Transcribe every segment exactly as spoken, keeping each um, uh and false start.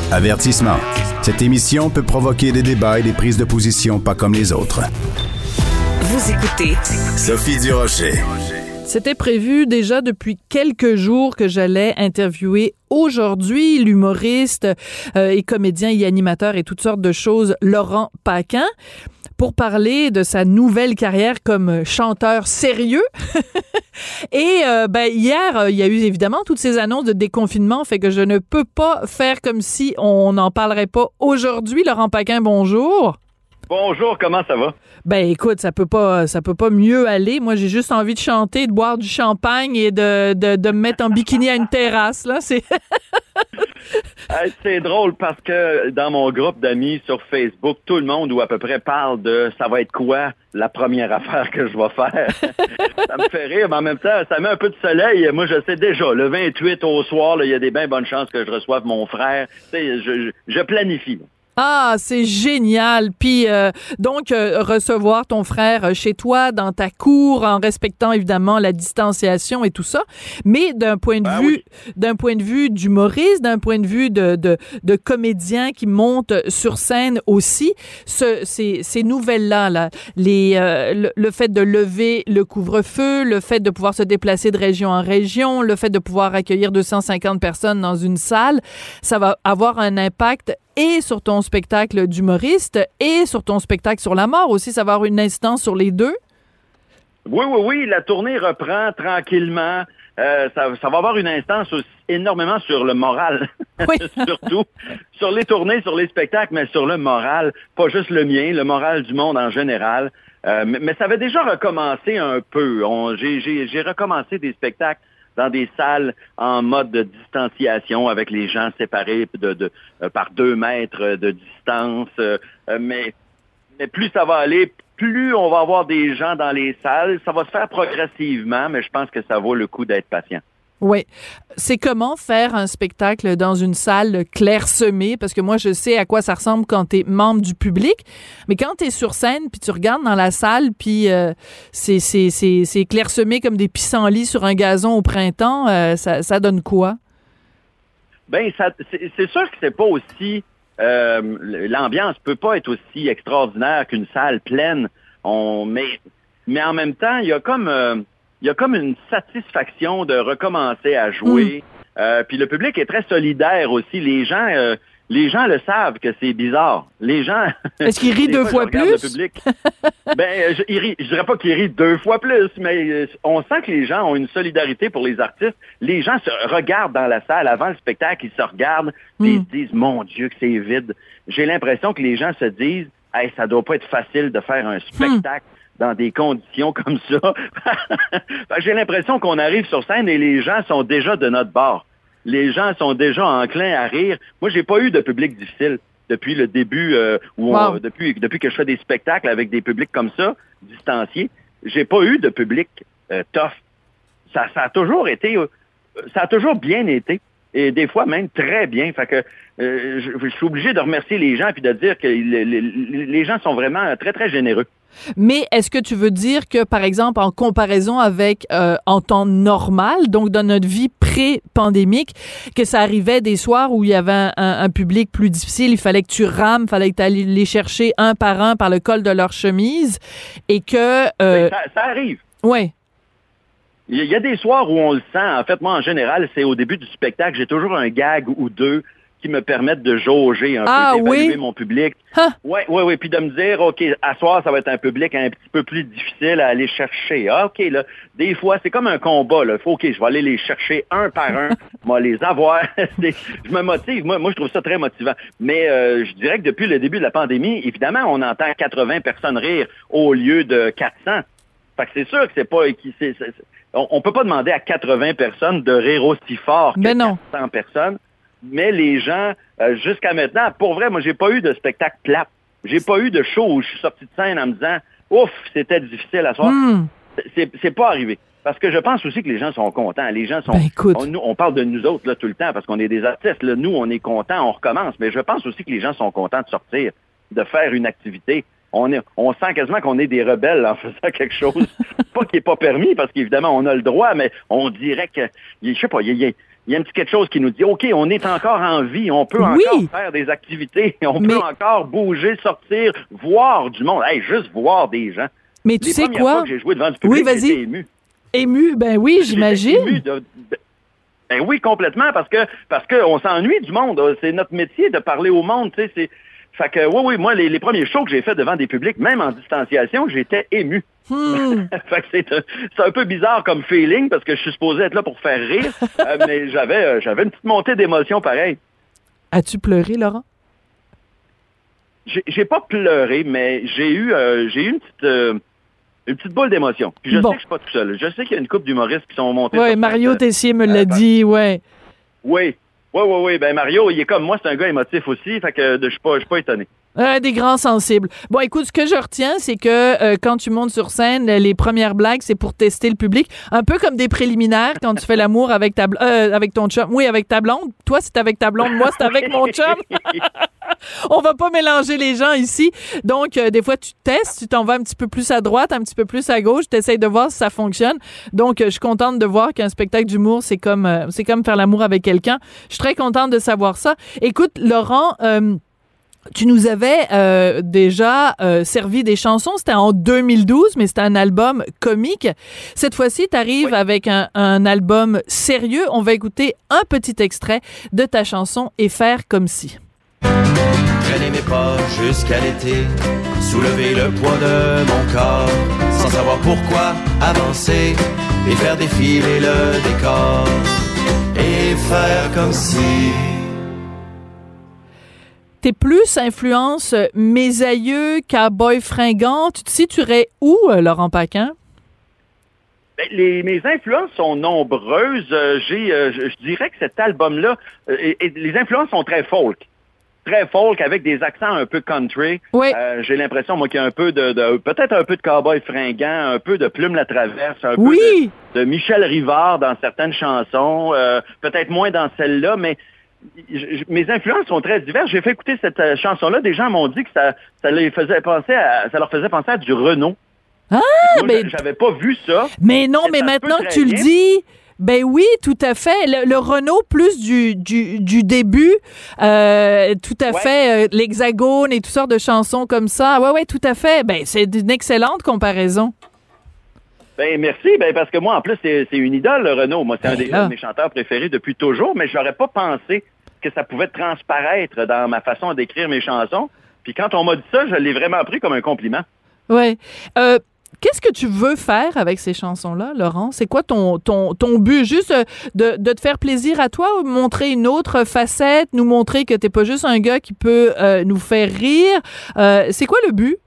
Avertissement. Cette émission peut provoquer des débats et des prises de position pas comme les autres. Vous écoutez Sophie Durocher. C'était prévu déjà depuis quelques jours que j'allais interviewer aujourd'hui l'humoriste euh, et comédien et animateur et toutes sortes de choses, Laurent Paquin, pour parler de sa nouvelle carrière comme chanteur sérieux. Et euh, ben hier, euh, il y a eu évidemment toutes ces annonces de déconfinement, fait que je ne peux pas faire comme si on n'en parlerait pas aujourd'hui. Laurent Paquin, bonjour. Bonjour, comment ça va? Ben écoute, ça peut pas ça peut pas mieux aller. Moi, j'ai juste envie de chanter, de boire du champagne et de, de, de me mettre en bikini à une terrasse, là. C'est Hey, c'est drôle parce que dans mon groupe d'amis sur Facebook, tout le monde ou à peu près parle de ça va être quoi la première affaire que je vais faire. Ça me fait rire, mais en même temps, ça met un peu de soleil. Moi, je sais déjà, le vingt-huit au soir, il y a des bien bonnes chances que je reçoive mon frère. Tu sais, je, je, je planifie. Ah, c'est génial. Puis euh, donc euh, recevoir ton frère chez toi dans ta cour en respectant évidemment la distanciation et tout ça, mais d'un point de ben vue oui. d'un point de vue d'humoriste, d'un point de vue de de, de comédien qui monte sur scène aussi, ce, ces ces nouvelles là là, les euh, le, le fait de lever le couvre-feu, le fait de pouvoir se déplacer de région en région, le fait de pouvoir accueillir deux cent cinquante personnes dans une salle, ça va avoir un impact et sur ton spectacle d'humoriste et sur ton spectacle sur la mort aussi. Ça va avoir une incidence sur les deux? Oui, oui, oui. La tournée reprend tranquillement. Euh, ça, ça va avoir une instance aussi énormément sur le moral. Oui. Surtout sur les tournées, sur les spectacles, mais sur le moral. Pas juste le mien, le moral du monde en général. Euh, mais, mais ça avait déjà recommencé un peu. On, j'ai, j'ai, j'ai recommencé des spectacles dans des salles en mode de distanciation avec les gens séparés de, de, euh, par deux mètres de distance. Euh, mais, mais plus ça va aller, plus on va avoir des gens dans les salles. Ça va se faire progressivement, mais je pense que ça vaut le coup d'être patient. Oui. C'est comment faire un spectacle dans une salle clairsemée? Parce que moi, je sais à quoi ça ressemble quand t'es membre du public. Mais quand t'es sur scène, puis tu regardes dans la salle, puis euh, c'est, c'est, c'est, c'est clairsemé comme des pissenlits sur un gazon au printemps, euh, ça, ça donne quoi? Ben, ça, c'est, c'est sûr que c'est pas aussi... Euh, l'ambiance peut pas être aussi extraordinaire qu'une salle pleine. On, mais, mais en même temps, il y a comme... Euh, il y a comme une satisfaction de recommencer à jouer. Mm. Euh, puis le public est très solidaire aussi. Les gens, euh, les gens le savent que c'est bizarre. Les gens. Est-ce qu'ils rient deux fois, fois plus? Le public. ben, je, il rit, je dirais pas qu'ils rient deux fois plus, mais euh, on sent que les gens ont une solidarité pour les artistes. Les gens se regardent dans la salle avant le spectacle, ils se regardent, puis mm. ils se disent, mon Dieu, que c'est vide. J'ai l'impression que les gens se disent, hey, ça doit pas être facile de faire un spectacle. Mm. Dans des conditions comme ça. J'ai l'impression qu'on arrive sur scène et les gens sont déjà de notre bord. Les gens sont déjà enclins à rire. Moi, j'ai pas eu de public difficile depuis le début, euh, où on, wow. depuis, depuis que je fais des spectacles avec des publics comme ça, distanciés. J'ai pas eu de public euh, tough. Ça, ça a toujours été, euh, ça a toujours bien été. Et des fois même très bien. Fait que euh, je, je suis obligé de remercier les gens puis de dire que les, les, les gens sont vraiment très, très généreux. Mais est-ce que tu veux dire que, par exemple, en comparaison avec euh, en temps normal, donc dans notre vie pré-pandémique, que ça arrivait des soirs où il y avait un, un, un public plus difficile, il fallait que tu rames, il fallait que tu ailles les chercher un par un par le col de leur chemise et que... Euh... Ça, ça arrive. Oui. Il y a des soirs où on le sent. En fait, moi, en général, c'est au début du spectacle, j'ai toujours un gag ou deux qui me permettent de jauger un ah, peu, d'évaluer oui? mon public. Huh? Oui, oui, oui. Puis de me dire, OK, à soir, ça va être un public un petit peu plus difficile à aller chercher. Ah, OK, là, des fois, c'est comme un combat, là. Faut, OK, je vais aller les chercher un par un. Je vais les avoir. Je me motive. Moi, moi, je trouve ça très motivant. Mais euh, je dirais que depuis le début de la pandémie, évidemment, on entend quatre-vingts personnes rire au lieu de quatre cents. Fait que c'est sûr que c'est pas... C'est, c'est, on, on peut pas demander à quatre-vingts personnes de rire aussi fort que mais non. quatre cents personnes. Mais les gens, euh, jusqu'à maintenant, pour vrai, moi, j'ai pas eu de spectacle plate. J'ai pas eu de show où je suis sorti de scène en me disant « Ouf, c'était difficile à soir. Mm. » C'est, c'est pas arrivé. Parce que je pense aussi que les gens sont contents. Les gens sont... Ben, écoute. On, nous, on parle de nous autres là, tout le temps parce qu'on est des artistes. Là. Nous, on est contents, on recommence. Mais je pense aussi que les gens sont contents de sortir, de faire une activité. On, est, on sent quasiment qu'on est des rebelles en faisant quelque chose. Pas qui n'est pas permis, parce qu'évidemment, on a le droit, mais on dirait que... Je sais pas, il y a... il y a un petit quelque chose qui nous dit, OK, on est encore en vie, on peut oui. encore faire des activités, on mais... peut encore bouger, sortir, voir du monde. Hey, juste voir des gens. Mais tu Les sais premières quoi? fois que j'ai joué devant du public, oui, vas-y. j'étais ému. Ému, ben oui, j'imagine. Ému de, de, ben oui, complètement, parce que parce que on s'ennuie du monde. C'est notre métier de parler au monde, tu sais. C'est, fait que oui, oui, moi, les, les premiers shows que j'ai fait devant des publics, même en distanciation, j'étais ému. Hmm. fait que c'est, c'est un peu bizarre comme feeling parce que je suis supposé être là pour faire rire, euh, mais j'avais euh, j'avais une petite montée d'émotion pareil. As-tu pleuré, Laurent? J'ai, j'ai pas pleuré, mais j'ai eu euh, j'ai eu une petite euh, une petite boule d'émotion. Puis je bon. sais que je suis pas tout seul. Je sais qu'il y a une couple d'humoristes qui sont montés. Oui, Mario cette, Tessier me euh, l'a euh, dit, ouais. Oui. Oui, oui, oui. Ben Mario, il est comme moi, c'est un gars émotif aussi, fait que je suis pas, je suis pas étonné. Euh, des grands sensibles. Bon, écoute, ce que je retiens, c'est que euh, quand tu montes sur scène, les premières blagues, c'est pour tester le public. Un peu comme des préliminaires quand tu fais l'amour avec ta bl- euh, avec ton chum. Oui, avec ta blonde. Toi, c'est avec ta blonde. Moi, c'est avec mon chum. On va pas mélanger les gens ici. Donc, euh, des fois, tu testes, tu t'en vas un petit peu plus à droite, un petit peu plus à gauche, tu essayes de voir si ça fonctionne. Donc, euh, je suis contente de voir qu'un spectacle d'humour, c'est comme, euh, c'est comme faire l'amour avec quelqu'un. Je suis très contente de savoir ça. Écoute, Laurent, euh, tu nous avais euh, déjà euh, servi des chansons. C'était en deux mille douze, mais c'était un album comique. Cette fois-ci, tu arrives oui. avec un, un album sérieux. On va écouter un petit extrait de ta chanson « Et faire comme si ». Traîner mes pas jusqu'à l'été, soulever le poids de mon corps, sans savoir pourquoi avancer et faire défiler le décor et faire comme si. T'es plus influence Mes aïeux, Cowboy fringant. Tu te situerais où, Laurent Paquin? Ben, les, mes influences sont nombreuses. Euh, j'ai, euh, je, je dirais que cet album-là, euh, et, et les influences sont très folk. Très folk, avec des accents un peu country. Oui. Euh, j'ai l'impression, moi, qu'il y a un peu de, de peut-être un peu de Cowboy fringant, un peu de Plume la Traverse, un oui. peu de, de Michel Rivard dans certaines chansons, euh, peut-être moins dans celle-là, mais je, je, mes influences sont très diverses. J'ai fait écouter cette euh, chanson-là, des gens m'ont dit que ça, ça les faisait penser à, ça leur faisait penser à du Renaud. Ah, moi, mais j'avais pas vu ça. Mais non, mais maintenant que tu le dis, ben oui, tout à fait. Le, le Renaud plus du du, du début, euh, tout à ouais. fait, euh, l'Hexagone et toutes sortes de chansons comme ça. Ouais, ouais, tout à fait. Ben c'est une excellente comparaison. Ben merci, ben parce que moi en plus c'est, c'est une idole le Renaud. Moi c'est ben un des, un de mes chanteurs préférés depuis toujours, mais j'aurais pas pensé que ça pouvait transparaître dans ma façon d'écrire mes chansons. Puis quand on m'a dit ça, je l'ai vraiment pris comme un compliment. Ouais. Euh, Qu'est-ce que tu veux faire avec ces chansons-là, Laurent? C'est quoi ton, ton, ton but? Juste de, de te faire plaisir à toi ou montrer une autre facette, nous montrer que t'es pas juste un gars qui peut euh, nous faire rire? Euh, c'est quoi le but?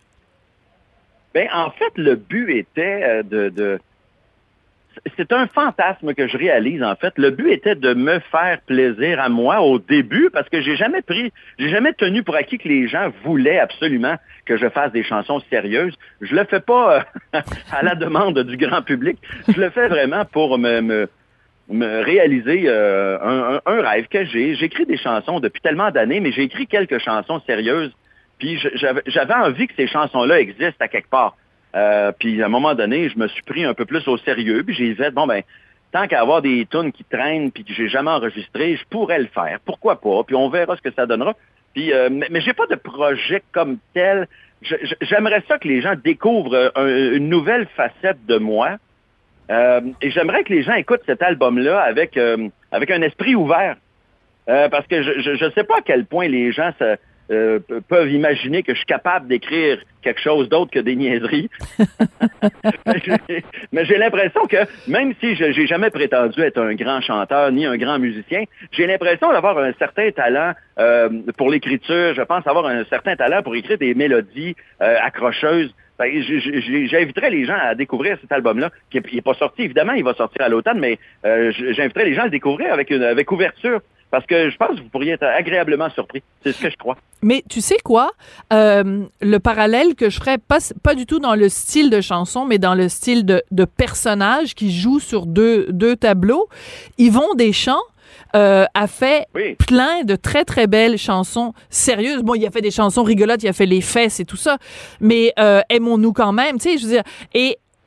Ben en fait, le but était de... de... C'est un fantasme que je réalise, en fait. Le but était de me faire plaisir à moi au début, parce que j'ai jamais pris, j'ai jamais tenu pour acquis que les gens voulaient absolument que je fasse des chansons sérieuses. Je le fais pas euh, à la demande du grand public. Je le fais vraiment pour me, me, me réaliser euh, un, un, un rêve que j'ai. J'écris des chansons depuis tellement d'années, mais j'ai écrit quelques chansons sérieuses. Puis j'avais, j'avais envie que ces chansons-là existent à quelque part. Euh, puis à un moment donné, je me suis pris un peu plus au sérieux, puis j'ai fait, bon ben, tant qu'à avoir des tunes qui traînent puis que j'ai jamais enregistré, je pourrais le faire. Pourquoi pas? Puis on verra ce que ça donnera. Puis, euh, mais, mais j'ai pas de projet comme tel. Je, je, j'aimerais ça que les gens découvrent un, une nouvelle facette de moi. Euh, et j'aimerais que les gens écoutent cet album-là avec euh, avec un esprit ouvert. Euh, parce que je ne sais pas à quel point les gens se, euh, peuvent imaginer que je suis capable d'écrire quelque chose d'autre que des niaiseries. mais, j'ai, mais j'ai l'impression que, même si je j'ai jamais prétendu être un grand chanteur ni un grand musicien, j'ai l'impression d'avoir un certain talent euh, pour l'écriture. Je pense avoir un certain talent pour écrire des mélodies euh, accrocheuses. J'inviterais les gens à découvrir cet album-là, qui n'est pas sorti, évidemment, il va sortir à l'automne, mais euh, j'inviterais les gens à le découvrir avec, une, avec ouverture. Parce que je pense que vous pourriez être agréablement surpris. C'est ce que je crois. Mais tu sais quoi? Euh, le parallèle que je ferais, pas, pas du tout dans le style de chanson, mais dans le style de, de personnage qui joue sur deux, deux tableaux. Yvon Deschamps euh, a fait oui. plein de très, très belles chansons sérieuses. Bon, il a fait des chansons rigolotes, il a fait les fesses et tout ça. Mais euh, aimons-nous quand même, tu sais, je veux dire. Et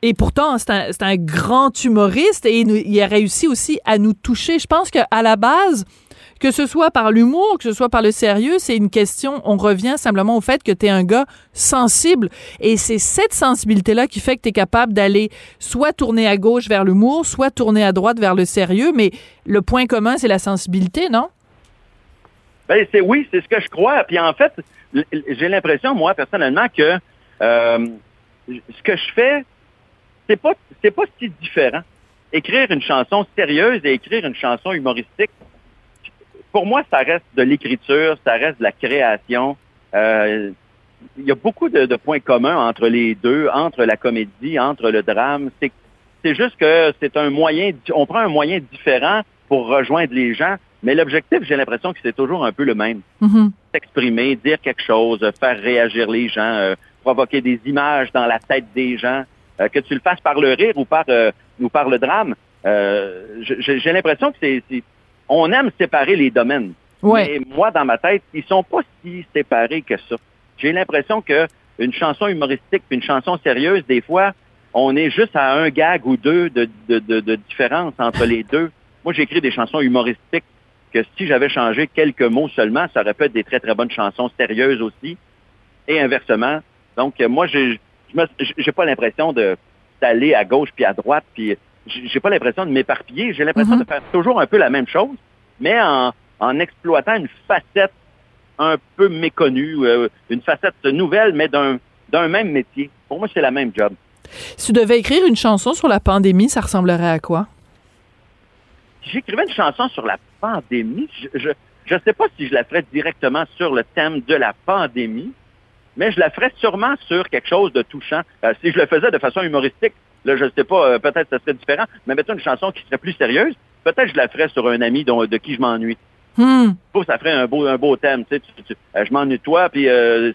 Et pourtant, c'est un, c'est un grand humoriste et il, il a réussi aussi à nous toucher. Je pense qu'à la base, que ce soit par l'humour, que ce soit par le sérieux, c'est une question, on revient simplement au fait que tu es un gars sensible. Et c'est cette sensibilité-là qui fait que tu es capable d'aller soit tourner à gauche vers l'humour, soit tourner à droite vers le sérieux. Mais le point commun, c'est la sensibilité, non? Ben, c'est oui, c'est ce que je crois. Puis en fait, j'ai l'impression, moi, personnellement, que euh, ce que je fais, c'est pas, c'est pas si différent. Écrire une chanson sérieuse et écrire une chanson humoristique, pour moi, ça reste de l'écriture, ça reste de la création. Euh, il y a beaucoup de, de points communs entre les deux, entre la comédie, entre le drame. C'est, c'est juste que c'est un moyen, on prend un moyen différent pour rejoindre les gens, mais l'objectif, j'ai l'impression que c'est toujours un peu le même. Mm-hmm. S'exprimer, dire quelque chose, faire réagir les gens, euh, provoquer des images dans la tête des gens, euh, que tu le fasses par le rire ou par, euh, ou par le drame. Euh, j'ai, j'ai l'impression que c'est, c'est on aime séparer les domaines. Ouais. Mais moi, dans ma tête, ils sont pas si séparés que ça. J'ai l'impression que une chanson humoristique puis une chanson sérieuse, des fois, on est juste à un gag ou deux de, de, de, de différence entre les deux. Moi, j'écris des chansons humoristiques que si j'avais changé quelques mots seulement, ça aurait pu être des très, très bonnes chansons sérieuses aussi, et inversement. Donc, moi, j'ai, je me, j'ai pas l'impression de, d'aller à gauche puis à droite, puis j'ai pas l'impression de m'éparpiller. J'ai l'impression mm-hmm. de faire toujours un peu la même chose, mais en, en exploitant une facette un peu méconnue, euh, une facette nouvelle, mais d'un, d'un même métier. Pour moi, c'est la même job. Si tu devais écrire une chanson sur la pandémie, ça ressemblerait à quoi? Si j'écrivais une chanson sur la pandémie, je, je, je sais pas si je la ferais directement sur le thème de la pandémie, mais je la ferais sûrement sur quelque chose de touchant. Euh, si je le faisais de façon humoristique, là, je sais pas, euh, peut-être que ça serait différent, mais mettons une chanson qui serait plus sérieuse, peut-être que je la ferais sur un ami dont, de qui je m'ennuie. Hmm. Ça ferait un beau, un beau thème, tu sais, tu, tu, euh, je m'ennuie de toi, puis euh,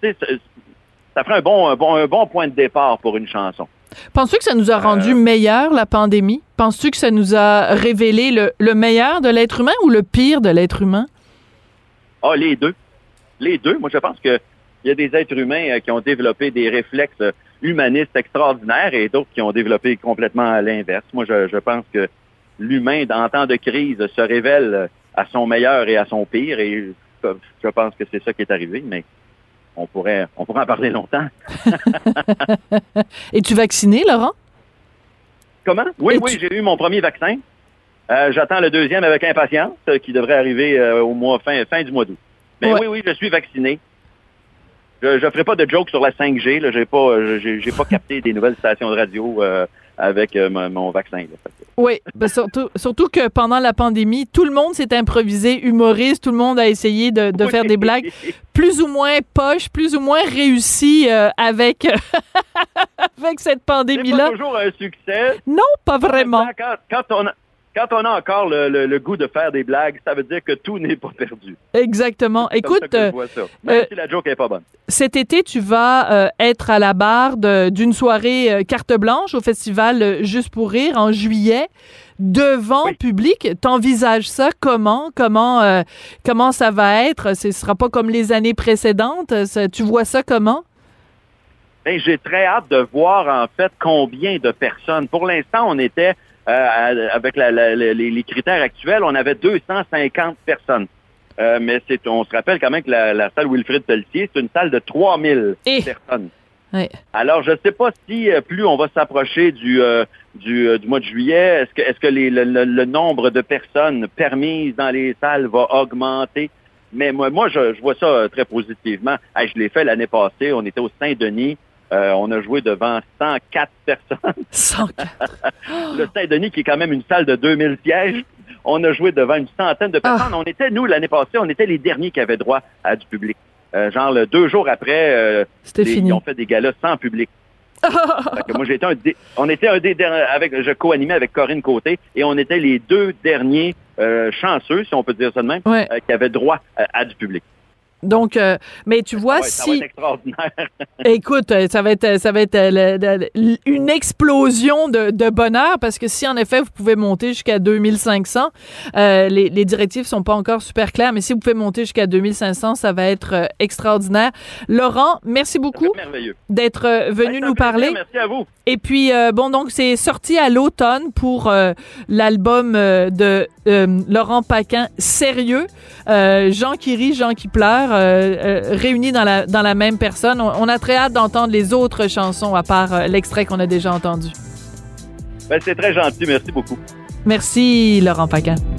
ça ferait un bon, un, bon, un bon point de départ pour une chanson. Penses-tu que ça nous a rendu euh... meilleurs, la pandémie? Penses-tu que ça nous a révélé le, le meilleur de l'être humain ou le pire de l'être humain? Ah, les deux. Les deux. Moi, je pense que il y a des êtres humains euh, qui ont développé des réflexes euh, humanistes extraordinaires et d'autres qui ont développé complètement à l'inverse. Moi, je, je pense que l'humain, en temps de crise, se révèle à son meilleur et à son pire, et je, je pense que c'est ça qui est arrivé, mais on pourrait, on pourrait en parler longtemps. Es-tu vacciné, Laurent? Comment? Oui, Et oui, tu... j'ai eu mon premier vaccin. Euh, j'attends le deuxième avec impatience, euh, qui devrait arriver euh, au mois fin, fin du mois d'août. Mais ouais. oui, oui, je suis vacciné. Je ne ferai pas de joke sur la cinq G. Là. J'ai pas, j'ai, j'ai pas capté des nouvelles stations de radio euh, avec euh, mon, mon vaccin. Là. Oui, ben surtout, surtout que pendant la pandémie, tout le monde s'est improvisé humoriste, tout le monde a essayé de, de oui. faire des blagues plus ou moins poches, plus ou moins réussies euh, avec, avec cette pandémie-là. C'est pas toujours un succès. Non, pas vraiment. Quand, quand on a... Quand on a encore le, le, le goût de faire des blagues, ça veut dire que tout n'est pas perdu. Exactement. C'est Écoute, euh, même euh, si la joke n'est pas bonne. Cet été, tu vas euh, être à la barre de, d'une soirée euh, carte blanche au festival euh, Juste pour rire en juillet, devant oui. public. T'envisages ça comment? Comment, euh, comment ça va être? Ce ne sera pas comme les années précédentes. Ça, tu vois ça comment? Ben, j'ai très hâte de voir, en fait, combien de personnes. Pour l'instant, on était... Euh, avec la, la, la, les, les critères actuels, on avait deux cent cinquante personnes. Euh, mais c'est, on se rappelle quand même que la, la salle Wilfrid Pelletier, c'est une salle de trois mille Et... personnes. Oui. Alors, je ne sais pas si euh, plus on va s'approcher du, euh, du, euh, du mois de juillet, est-ce que, est-ce que les, le, le, le nombre de personnes permises dans les salles va augmenter? Mais moi, moi je, je vois ça très positivement. Hey, je l'ai fait l'année passée, on était au Saint-Denis. Euh, on a joué devant cent quatre personnes. cent quatre Le Saint-Denis, qui est quand même une salle de deux mille sièges, on a joué devant une centaine de personnes. Ah. On était, nous, l'année passée, on était les derniers qui avaient droit à du public. Euh, genre, le, deux jours après, euh, C'était les, fini. Ils ont fait des galas sans public. Fait que moi, j'ai été un dé, on était un des derniers, avec, je co-animais avec Corinne Côté, et on était les deux derniers euh, chanceux, si on peut dire ça de même, ouais. euh, qui avaient droit à, à du public. Donc, euh, mais tu vois, ouais, si... Ça va être extraordinaire. Écoute, ça va être, ça va être le, le, une explosion de, de bonheur parce que si, en effet, vous pouvez monter jusqu'à deux mille cinq cents, euh, les, les directives sont pas encore super claires, mais si vous pouvez monter jusqu'à deux mille cinq cents, ça va être euh, extraordinaire. Laurent, merci beaucoup d'être euh, venu nous parler. Merci à vous. Et puis, euh, bon, donc, c'est sorti à l'automne pour euh, l'album euh, de euh, Laurent Paquin, Sérieux. Euh, Jean qui rit, Jean qui pleure, euh, euh, réunis dans la, dans la même personne. On, on a très hâte d'entendre les autres chansons à part euh, l'extrait qu'on a déjà entendu. Ben, c'est très gentil. Merci beaucoup. Merci, Laurent Paquin.